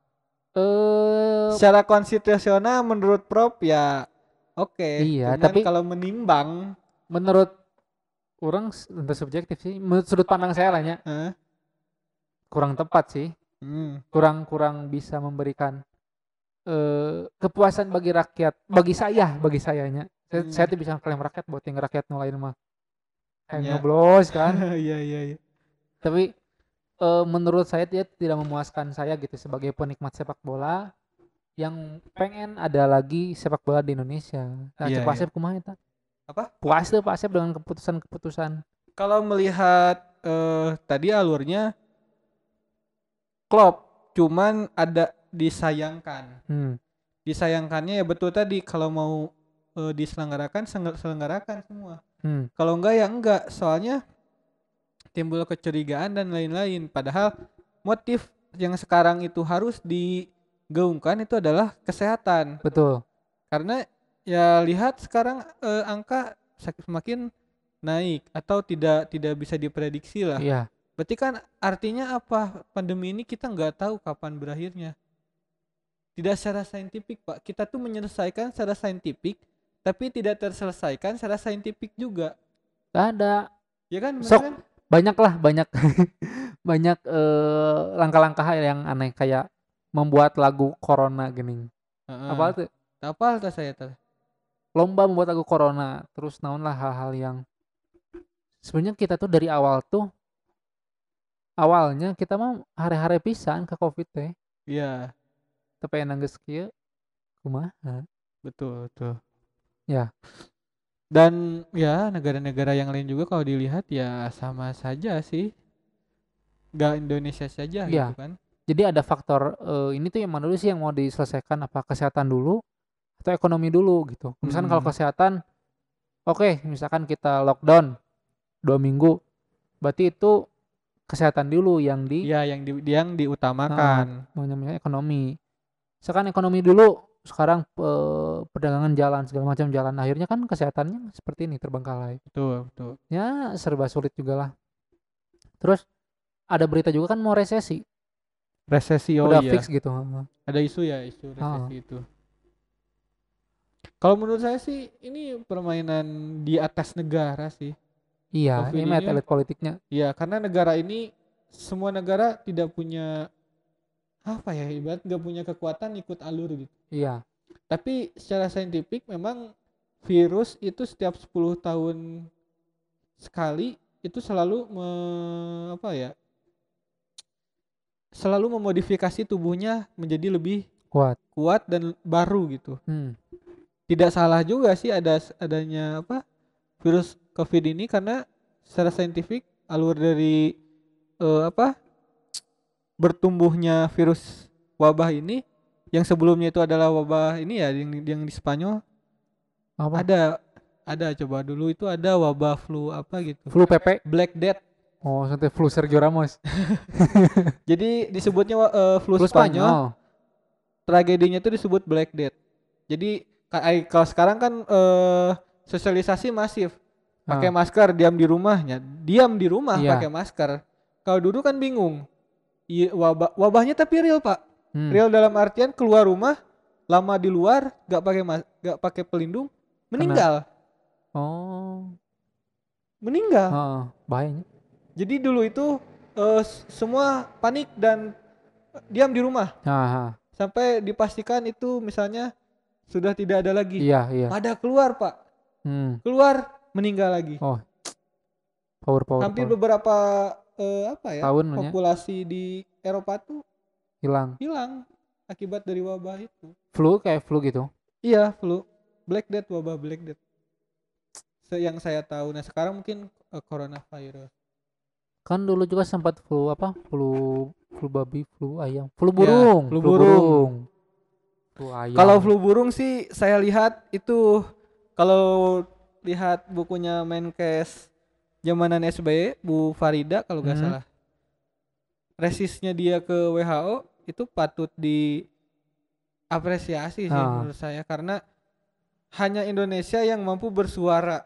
Eh Secara konstitusional menurut Prof ya oke. Iya, Cuman tapi- kalau menimbang, menurut orang s- untuk subjektif sih, menurut sudut pandang saya lah nya, eh, kurang tepat sih. hmm, kurang kurang bisa memberikan eh, kepuasan bagi rakyat, bagi saya, bagi sayanya. Saya, Hmm. saya tuh bisa klaim rakyat buat yang rakyat nu lain mah. Kayak Ya. nyoblos kan. Iya iya iya. Tapi eh, menurut saya dia tidak memuaskan saya gitu sebagai penikmat sepak bola yang pengen ada lagi sepak bola di Indonesia. Nah, Iya, cek Pak iya. Asep kumaha eta? Apa? Puas tuh Pak Asep dengan keputusan-keputusan. Kalau melihat eh, tadi alurnya klop, cuman ada disayangkan. Hmm. Disayangkannya ya betul tadi kalau mau eh, diselenggarakan sengel- selenggarakan semua. Hmm. Kalau enggak ya enggak, soalnya timbul kecurigaan dan lain-lain. Padahal motif yang sekarang itu harus digaungkan itu adalah kesehatan. Betul. Karena ya lihat sekarang eh, angka sak- semakin naik atau tidak tidak bisa diprediksi lah. Iya. Berarti kan artinya apa? Pandemi ini kita nggak tahu kapan berakhirnya. Tidak secara saintifik, Pak. Kita tuh menyelesaikan secara saintifik, tapi tidak terselesaikan secara saintifik juga. Gak ada. Ya kan? Bener Sok. kan? Banyak lah, banyak banyak eh, langkah-langkah yang aneh kayak membuat lagu Corona gini. Heeh. Apa tuh? Apa tuh saya tuh? Lomba membuat lagu Corona. Terus naon lah hal-hal yang sebenarnya kita tuh dari awal tuh awalnya kita mah hare-hare pisan ke Covid teh. Iya, Tapi yang geus kieu kumaha? betul, betul. Ya. Dan ya negara-negara yang lain juga kalau dilihat ya sama saja sih. Gak Indonesia saja Iya. gitu kan. Jadi ada faktor eh, ini tuh yang mana dulu sih yang mau diselesaikan, apa kesehatan dulu atau ekonomi dulu gitu. Misalkan kalau Hmm. kesehatan oke, misalkan kita lockdown dua minggu, berarti itu kesehatan dulu yang di Iya, yang di, yang diutamakan. mau namanya ekonomi. Misalkan ekonomi dulu, sekarang eh, perdagangan jalan segala macam jalan, akhirnya kan kesehatannya seperti ini terbengkalai. Betul, betul. Ya serba sulit juga lah. Terus ada berita juga kan mau resesi, Resesi oh udah iya. fix gitu. Ada isu ya, isu resesi itu. Kalau menurut saya sih ini permainan di atas negara sih. Iya, Covid ini ini- elit politiknya. Ya, karena negara ini semua negara tidak punya apa ya, ibarat nggak punya kekuatan ikut alur gitu. Iya, Tapi secara saintifik memang virus itu setiap sepuluh tahun sekali itu selalu me- apa ya? Selalu memodifikasi tubuhnya menjadi lebih kuat. kuat dan baru gitu. Hmm. tidak salah juga sih ada adanya apa virus COVID ini karena secara saintifik alur dari eh, apa bertumbuhnya virus wabah ini yang sebelumnya itu adalah wabah ini ya yang, yang di Spanyol Apa? ada ada coba dulu itu ada wabah flu apa gitu Flu P P. Black Death. Oh, sampai flu Sergio Ramos. Jadi disebutnya wa- eh, flu, Flu Spanyol, Spanyol. tragedinya itu disebut Black Death. Jadi ka- ai- kalau sekarang kan eh, sosialisasi masif, pakai Ah, masker, diam di rumahnya, diam di rumah Iya. pakai masker. Kalau dulu kan bingung, Iya, wabah wabahnya tapi real pak, hmm. real dalam artian keluar rumah, lama di luar, gak pakai mas, gak pakai pelindung, meninggal, Oh, meninggal. heeh, bahayanya. Jadi dulu itu eh, s- semua panik dan eh, diam di rumah. Ah, ah. Sampai dipastikan itu misalnya sudah tidak ada lagi. Iya, iya. Pada keluar pak, Hmm. keluar meninggal lagi. Oh, power power, Hampir power. beberapa eh, apa ya Tahun nya populasi di Eropa tuh hilang. hilang akibat dari wabah itu. Flu kayak flu gitu. Iya flu, Black Death, wabah Black Death. Se- yang saya tahu. Nah sekarang mungkin eh, coronavirus. Kan dulu juga sempat flu apa? Flu flu babi, flu ayam, flu Ya, burung, flu burung. Flu ayam. Kalau flu burung sih saya lihat itu kalau lihat bukunya Menkes zamanan S B Y Bu Farida kalau nggak Hmm. salah. Resisnya dia ke W H O itu patut diapresiasi sih Ah. menurut saya karena hanya Indonesia yang mampu bersuara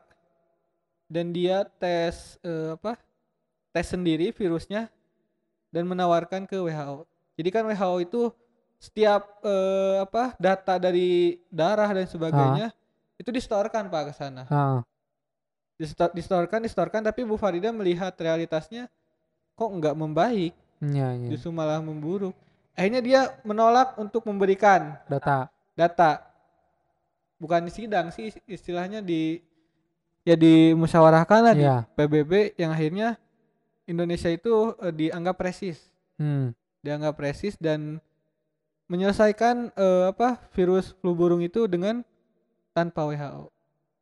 dan dia tes eh, apa? Tes sendiri virusnya dan menawarkan ke W H O. Jadi kan W H O itu setiap eh, apa data dari darah dan sebagainya itu distorkan Pak ke sana. Ah, Distor- distorkan, distorkan tapi Bu Farida melihat realitasnya kok nggak membaik, iya, iya. justru malah memburuk. Akhirnya dia menolak untuk memberikan Data. data. Bukan di sidang sih istilahnya di ya dimusyawarahkan lah di Iya. P B B yang akhirnya Indonesia itu eh, dianggap presis. Hmm. Dianggap presis dan menyelesaikan eh, apa virus flu burung itu dengan tanpa W H O.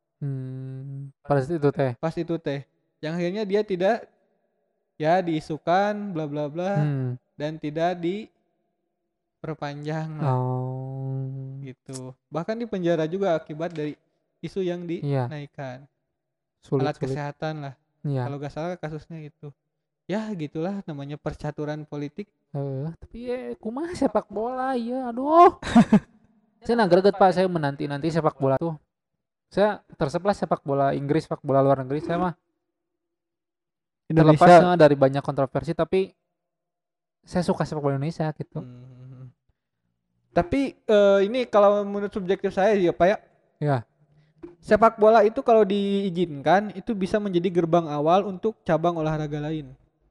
Hmm. Pada saat itu teh. Pas itu teh, yang akhirnya dia tidak ya diisukan bla bla bla Hmm. dan tidak diperpanjang lah Oh. gitu. Bahkan di penjara juga akibat dari isu yang Iya. dinaikkan. Sulit, Alat sulit. kesehatan lah. Iya. Kalau gak salah kasusnya itu. Ya gitulah namanya percaturan politik. Eh, tapi ya kumaha sepak bola ya, aduh. Saya nggak greget Pak, saya menanti-nanti sepak bola tuh. Saya tersebut sepak bola Inggris, sepak bola luar negeri saya mah Indonesia. terlepasnya dari banyak kontroversi, tapi saya suka sepak bola Indonesia gitu. Hmm. Tapi eh, ini kalau menurut subjektif saya ya Pak ya. Ya. Sepak bola itu kalau diizinkan itu bisa menjadi gerbang awal untuk cabang olahraga lain.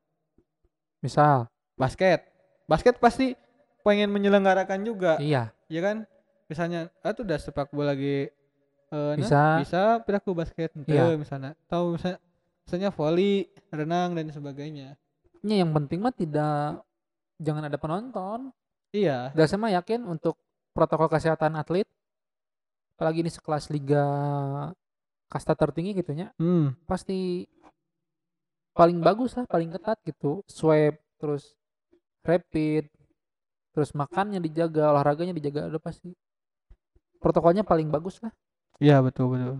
Misal, Basket. Basket pasti pengen menyelenggarakan juga, iya, ya kan? Misalnya, ah tuh udah sepak bola lagi eh, nah, bisa, bisa pindah ke basket ente, Iya. misalnya. Tahu misalnya, misalnya volley, renang dan sebagainya. ya yang penting mah tidak jangan ada penonton. Iya. Dan saya mah yakin untuk protokol kesehatan atlet, apalagi ini sekelas liga kasta tertinggi gitunya, Hmm. pasti paling bagus lah, paling ketat gitu. Swab, terus rapid, terus makannya dijaga, olahraganya dijaga, udah pasti protokolnya paling bagus lah. Iya betul betul.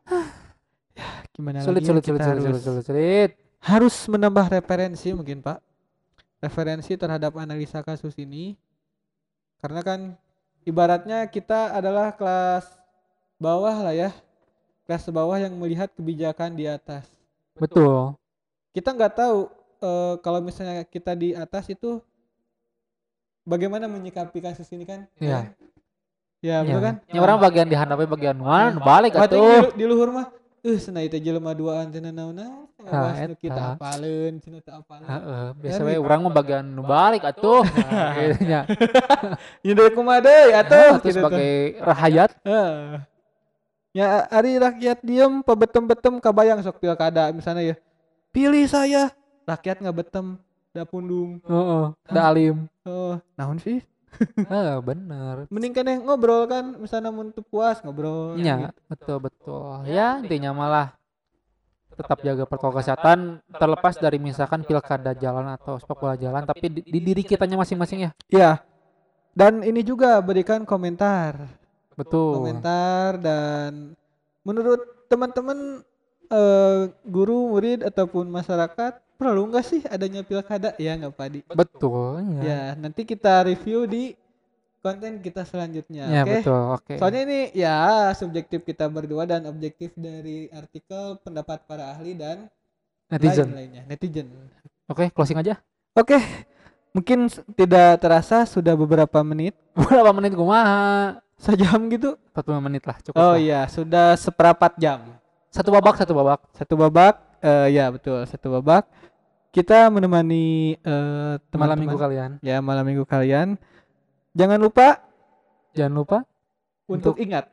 Ya, gimana Sulit, lagi ya, sulit, kita sulit, sulit, harus sulit, sulit, sulit. harus menambah referensi mungkin Pak. Referensi terhadap analisa kasus ini. Karena kan ibaratnya kita adalah kelas bawah lah ya. Kelas bawah yang melihat kebijakan di atas. Betul. Kita nggak tahu eh, kalau misalnya kita di atas itu bagaimana menyikapi kasus ini kan? Iya. Ya, betul Ya. kan? Yang orang bagian dihandapnya bagian mana balik Berarti di, atuh. di luhur mah eh cenah ieu teh jelema duaan cenah naonna. Nah, Pas nu kita eta. apaleun, cenah teh apaleun. Heeh, biasa Dari- we urang mah bagian nu balik atuh. Nah, gitu nya. Nya deui kumaha deui atuh Nah, atuh gitu teh. sebagai rahayat. Heeh. Ya ari rakyat diem pabetem-betem kabayang sok pilkada misalnya ya. Pilih saya. Rakyat nggak betem da pundung. Heeh, da alim. Oh, naon sih? Ah, bener. Mending kan yang ngobrol kan, misalnya mun teu puas ngobrol. Iya, gitu. betul betul. Ya intinya malah tetap jaga protokol kesehatan terlepas dari misalkan pilkada jalan atau sepak bola jalan, tapi di, di diri kitanya masing-masing ya. Iya. Dan ini juga berikan komentar. Betul. Komentar dan menurut teman-teman eh, guru, murid ataupun masyarakat perlu nggak sih adanya pilkada? Ya nggak Padi. Betul ya. Ya nanti kita review di konten kita selanjutnya. Ya, Oke. betul. Oke. Soalnya ini ya subjektif kita berdua dan objektif dari artikel pendapat para ahli dan Netizen. lain-lainnya netizen. Oke, closing aja. Oke. Mungkin s- tidak terasa sudah beberapa menit, Berapa menit kumaha? sejam gitu. empat puluh menit lah cukup. Oh lah. iya, sudah seperempat jam. Satu babak, satu babak. Satu babak, eh, ya betul, satu babak. Kita menemani eh, Malam teman-teman. minggu kalian. Ya, malam minggu kalian. Jangan lupa Jangan lupa. untuk, ingat.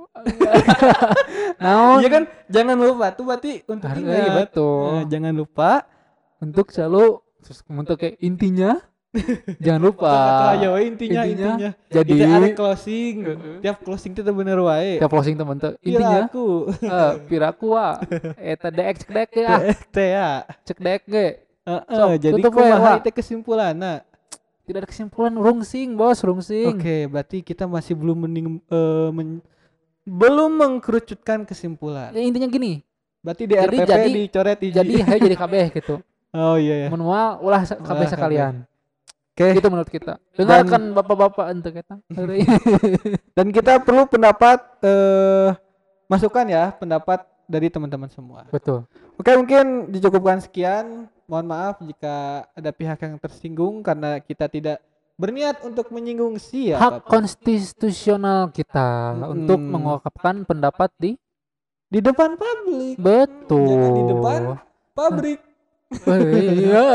Naon? Iya kan? Jangan lupa tuh berarti untuk Harus- ingat. iya, betul. Eh, jangan lupa. Untuk selalu terus untuk kayak intinya jangan lupa. Ayo intinya Intinya, intinya. jadi Kita ada closing. Tiap closing itu bener wae. tiap closing teman tuh intinya aku. eh piraku wa eta dek cek dek ge ah Teh ya. cek dek ge. Heeh, Sok, jadi tutup we, kumaha Wak. itu kesimpulanna? Tidak ada kesimpulan rungsing bos rungsing. Oke, berarti kita masih belum mending, eh, men- belum mengkerucutkan kesimpulan. Ya, intinya gini. Berarti di Jadi- R P P jadi- dicoret hiji. Jadi hayu jadi kabeh gitu. Oh iya ya. Manual ulah sa- kabeh Ulah sekalian. Oke. Gitu menurut kita. Dengarkan bapak-bapak ente kita. Dan kita perlu pendapat eh masukan ya, pendapat dari teman-teman semua. Betul. Oke, mungkin dicukupkan sekian. Mohon maaf jika ada pihak yang tersinggung karena kita tidak berniat untuk menyinggung Hak siapa. konstitusional kita Mm-mm. untuk mengungkapkan pendapat di Di depan publik, betul. jangan di depan pabrik. Iya.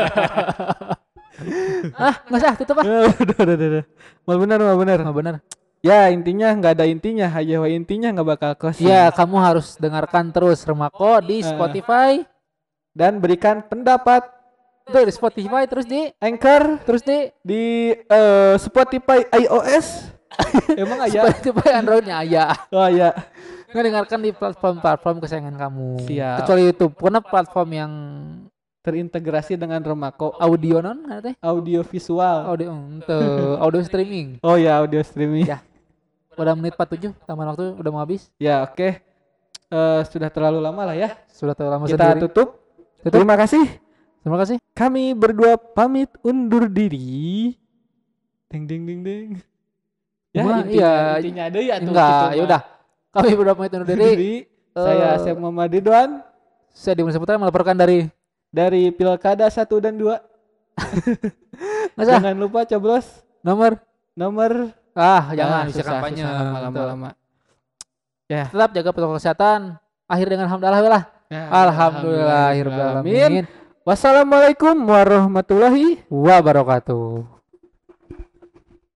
Ah, nggak usah tutup ah. udah, udah, udah, udah. Mal benar, mal benar. Nggak benar. Ya intinya nggak ada intinya, aja wa intinya nggak bakal kosong. Ya, kamu harus dengarkan terus Remako di Eh. Spotify. Dan berikan pendapat Tuh di Spotify terus di Anchor terus di di eh, Spotify iOS. Emang aja? Spotify Androidnya ya. Oh ya. Nggak dengarkan di platform-platform kesayangan kamu. Siap. Kecuali YouTube. Karena platform yang Terintegrasi dengan Remako audio non ada teh? audio visual. Audio untuk audio streaming. Oh ya, audio streaming. Ya. Pada menit empat puluh tujuh taman waktu udah mau habis. Ya, oke. Eh, sudah terlalu lama lah ya. Sudah terlalu lama Kita sendiri. tutup. Tutup. Terima kasih. Terima kasih. Kami berdua pamit undur diri. Ding ding ding ding. Ya, Cuma, intinya, iya. intinya ada ya tuh. Enggak, gitu ya mah. udah. Kami berdua pamit undur diri. Diri. Saya Eh, Asep Muhammad Ridwan Saya Dimas Saputra melaporkan dari dari Pilkada satu dan dua. Nggak usah. Jangan lupa coblos Nomor nomor. ah jangan Ah, bisa susah, kampanye. susah, lama-lama. Ya. Tetap jaga protokol kesehatan. Akhir dengan alhamdulillah lah. Ya, Alhamdulillahirobbilalamin. Wassalamualaikum warahmatullahi Wabarakatuh.